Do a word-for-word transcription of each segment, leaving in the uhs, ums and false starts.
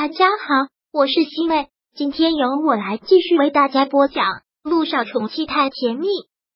大家好，我是西妹，今天由我来继续为大家播讲《陆少宠妻太甜蜜》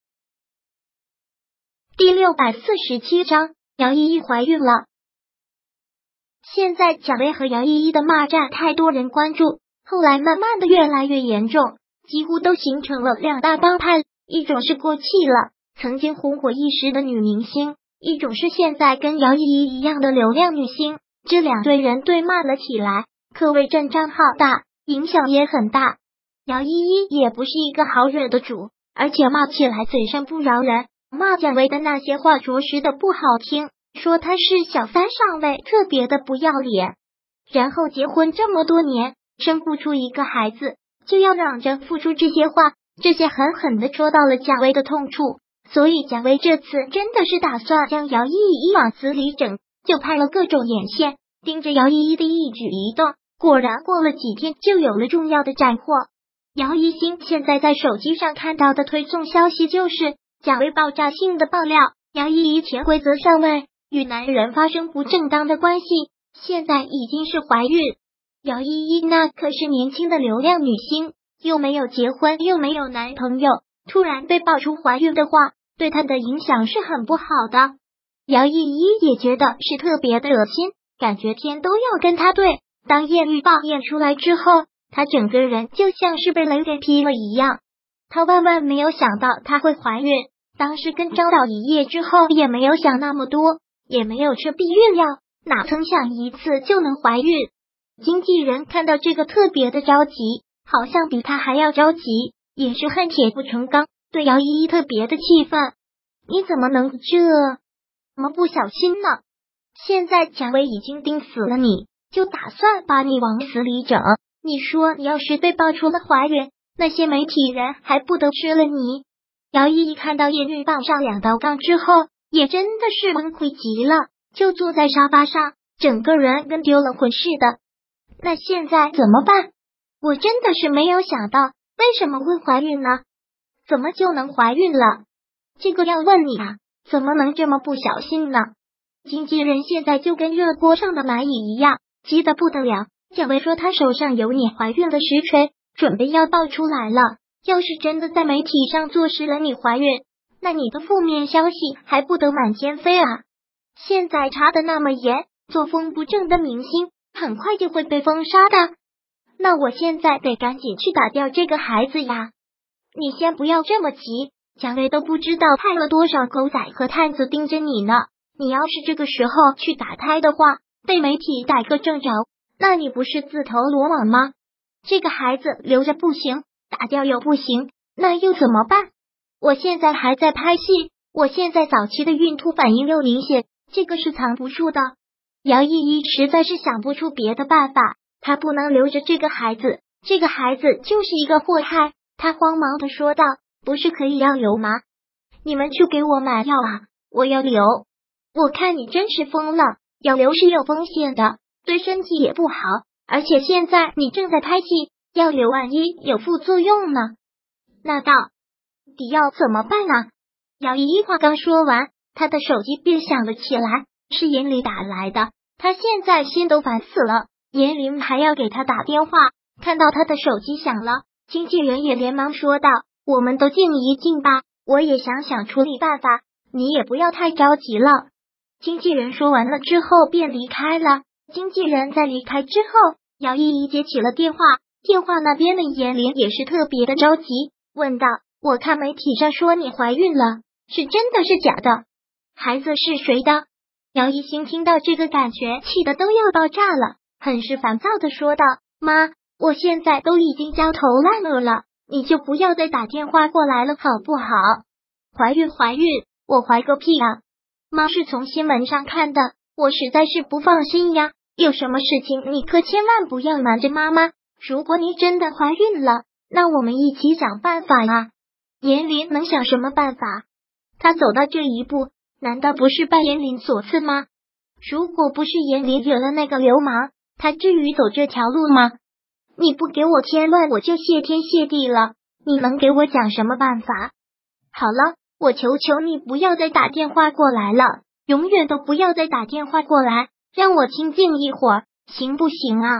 第六百四十七章，姚依依怀孕了。现在蒋薇和姚依依的骂战太多人关注，后来慢慢的越来越严重，几乎都形成了两大帮派，一种是过气了曾经红火一时的女明星，一种是现在跟姚依依一样的流量女星，这两队人对骂了起来，可谓阵仗浩大，影响也很大。姚依依也不是一个好惹的主，而且骂起来嘴上不饶人，骂蒋薇的那些话着实的不好听，说她是小三上位，特别的不要脸。然后结婚这么多年，生不出一个孩子，就要嚷着付出这些话，这些狠狠的戳到了蒋薇的痛处。所以蒋薇这次真的是打算将姚依依往死里整，就派了各种眼线盯着姚依依的一举一动。果然过了几天就有了重要的斩获。姚依星现在在手机上看到的推送消息就是蒋薇爆炸性的爆料，姚依依潜规则上位，与男人发生不正当的关系，现在已经是怀孕。姚依依那可是年轻的流量女星，又没有结婚又没有男朋友，突然被爆出怀孕的话，对她的影响是很不好的。姚依依也觉得是特别的恶心，感觉天都要跟她对。当验孕报验出来之后，她整个人就像是被雷给劈了一样。她万万没有想到她会怀孕，当时跟张导一夜之后也没有想那么多，也没有吃避孕药，哪曾想一次就能怀孕。经纪人看到这个特别的着急，好像比他还要着急，也是恨铁不成钢，对姚依依特别的气愤。你怎么能这么不小心呢？现在蒋薇已经盯死了你，就打算把你往死里整。你说你要是被爆出了怀孕，那些媒体人还不都吃了你？姚依依看到验孕棒上两道杠之后，也真的是崩溃极了，就坐在沙发上，整个人跟丢了魂似的。那现在怎么办？我真的是没有想到，为什么会怀孕呢？怎么就能怀孕了？这个要问你啊，怎么能这么不小心呢？经纪人现在就跟热锅上的蚂蚁一样，急得不得了。蒋薇说她手上有你怀孕的实锤，准备要爆出来了。要是真的在媒体上坐实了你怀孕，那你的负面消息还不得满天飞啊！现在查的那么严，作风不正的明星很快就会被封杀的。那我现在得赶紧去打掉这个孩子呀！你先不要这么急，蒋薇都不知道派了多少狗仔和探子盯着你呢。你要是这个时候去打胎的话，被媒体逮个正着，那你不是自投罗网吗？这个孩子留着不行，打掉又不行，那又怎么办？我现在还在拍戏，我现在早期的孕吐反应又明显，这个是藏不住的。姚依依实在是想不出别的办法，她不能留着这个孩子，这个孩子就是一个祸害。她慌忙的说道，不是可以要留吗？你们去给我买药啊，我要留。我看你真是疯了，要留是有风险的，对身体也不好，而且现在你正在拍戏，要留万一有副作用呢？那到底要怎么办呢？姚依依话刚说完，她的手机便响了起来，是严林打来的，她现在心都烦死了，严林还要给她打电话，看到她的手机响了，经纪人也连忙说道，我们都静一静吧，我也想想处理办法，你也不要太着急了。经纪人说完了之后便离开了。经纪人在离开之后，姚依依接起了电话，电话那边的严林也是特别的着急，问道，我看媒体上说你怀孕了，是真的是假的？孩子是谁的？姚依星听到这个感觉气得都要爆炸了，很是烦躁的说道，妈，我现在都已经焦头烂额了，你就不要再打电话过来了好不好？怀孕怀孕，我怀个屁啊！妈是从新闻上看的，我实在是不放心呀，有什么事情你可千万不要瞒着妈妈，如果你真的怀孕了，那我们一起想办法呀。严林能想什么办法？他走到这一步，难道不是拜严林所赐吗？如果不是严林惹了那个流氓，他至于走这条路吗？你不给我添乱，我就谢天谢地了。你能给我讲什么办法？好了，我求求你不要再打电话过来了，永远都不要再打电话过来，让我清静一会儿，行不行啊？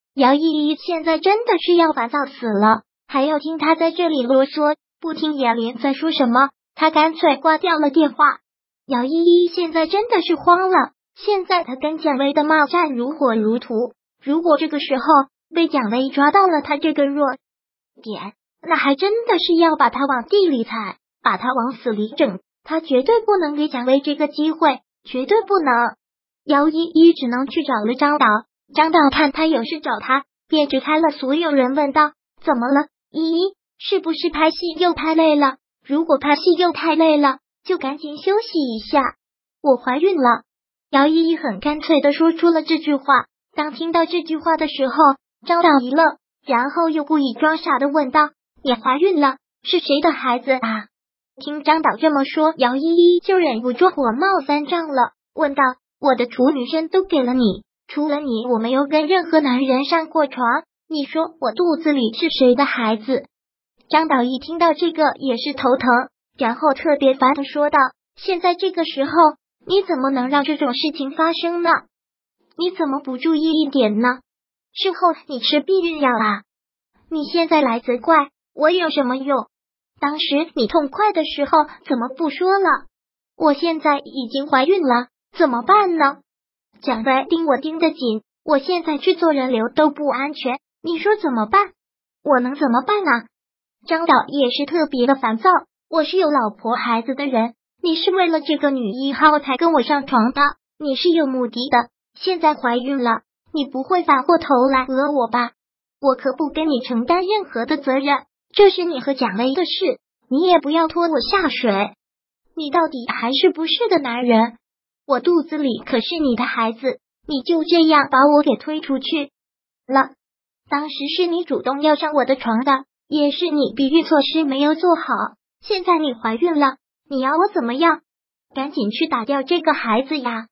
姚依依现在真的是要烦躁死了，还要听他在这里啰嗦，不听叶莲在说什么，他干脆挂掉了电话。姚依依现在真的是慌了，现在他跟蒋薇的骂战如火如荼，如果这个时候被蒋薇抓到了他这个弱点，那还真的是要把他往地里踩，把他往死里整，他绝对不能给蒋薇这个机会，绝对不能。姚依依只能去找了张导，张导看他有事找他，便支开了所有人，问道：怎么了，依依，是不是拍戏又拍累了？如果拍戏又太累了，就赶紧休息一下。我怀孕了。姚依依很干脆的说出了这句话。当听到这句话的时候，张导一愣，然后又故意装傻的问道：你怀孕了？是谁的孩子啊？听张导这么说，姚依依就忍不住火冒三丈了，问道：我的处女身都给了你，除了你我没有跟任何男人上过床，你说我肚子里是谁的孩子？张导一听到这个也是头疼，然后特别烦的说道：现在这个时候你怎么能让这种事情发生呢？你怎么不注意一点呢？事后你吃避孕药啊？你现在来责怪我有什么用？当时你痛快的时候怎么不说了？我现在已经怀孕了，怎么办呢？蒋薇盯我盯得紧，我现在去做人流都不安全，你说怎么办？我能怎么办啊？张导也是特别的烦躁，我是有老婆孩子的人，你是为了这个女一号才跟我上床的，你是有目的的，现在怀孕了，你不会反过头来讹我吧？我可不跟你承担任何的责任，这是你和蒋薇的事，你也不要拖我下水。你到底还是不是个男人？我肚子里可是你的孩子，你就这样把我给推出去了？当时是你主动要上我的床的，也是你避孕措施没有做好，现在你怀孕了，你要我怎么样？赶紧去打掉这个孩子呀！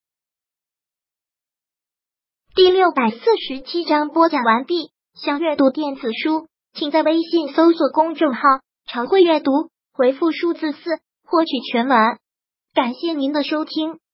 第六百四十七章播讲完毕。想阅读电子书，请在微信搜索公众号常会阅读，回复数字四获取全文。感谢您的收听。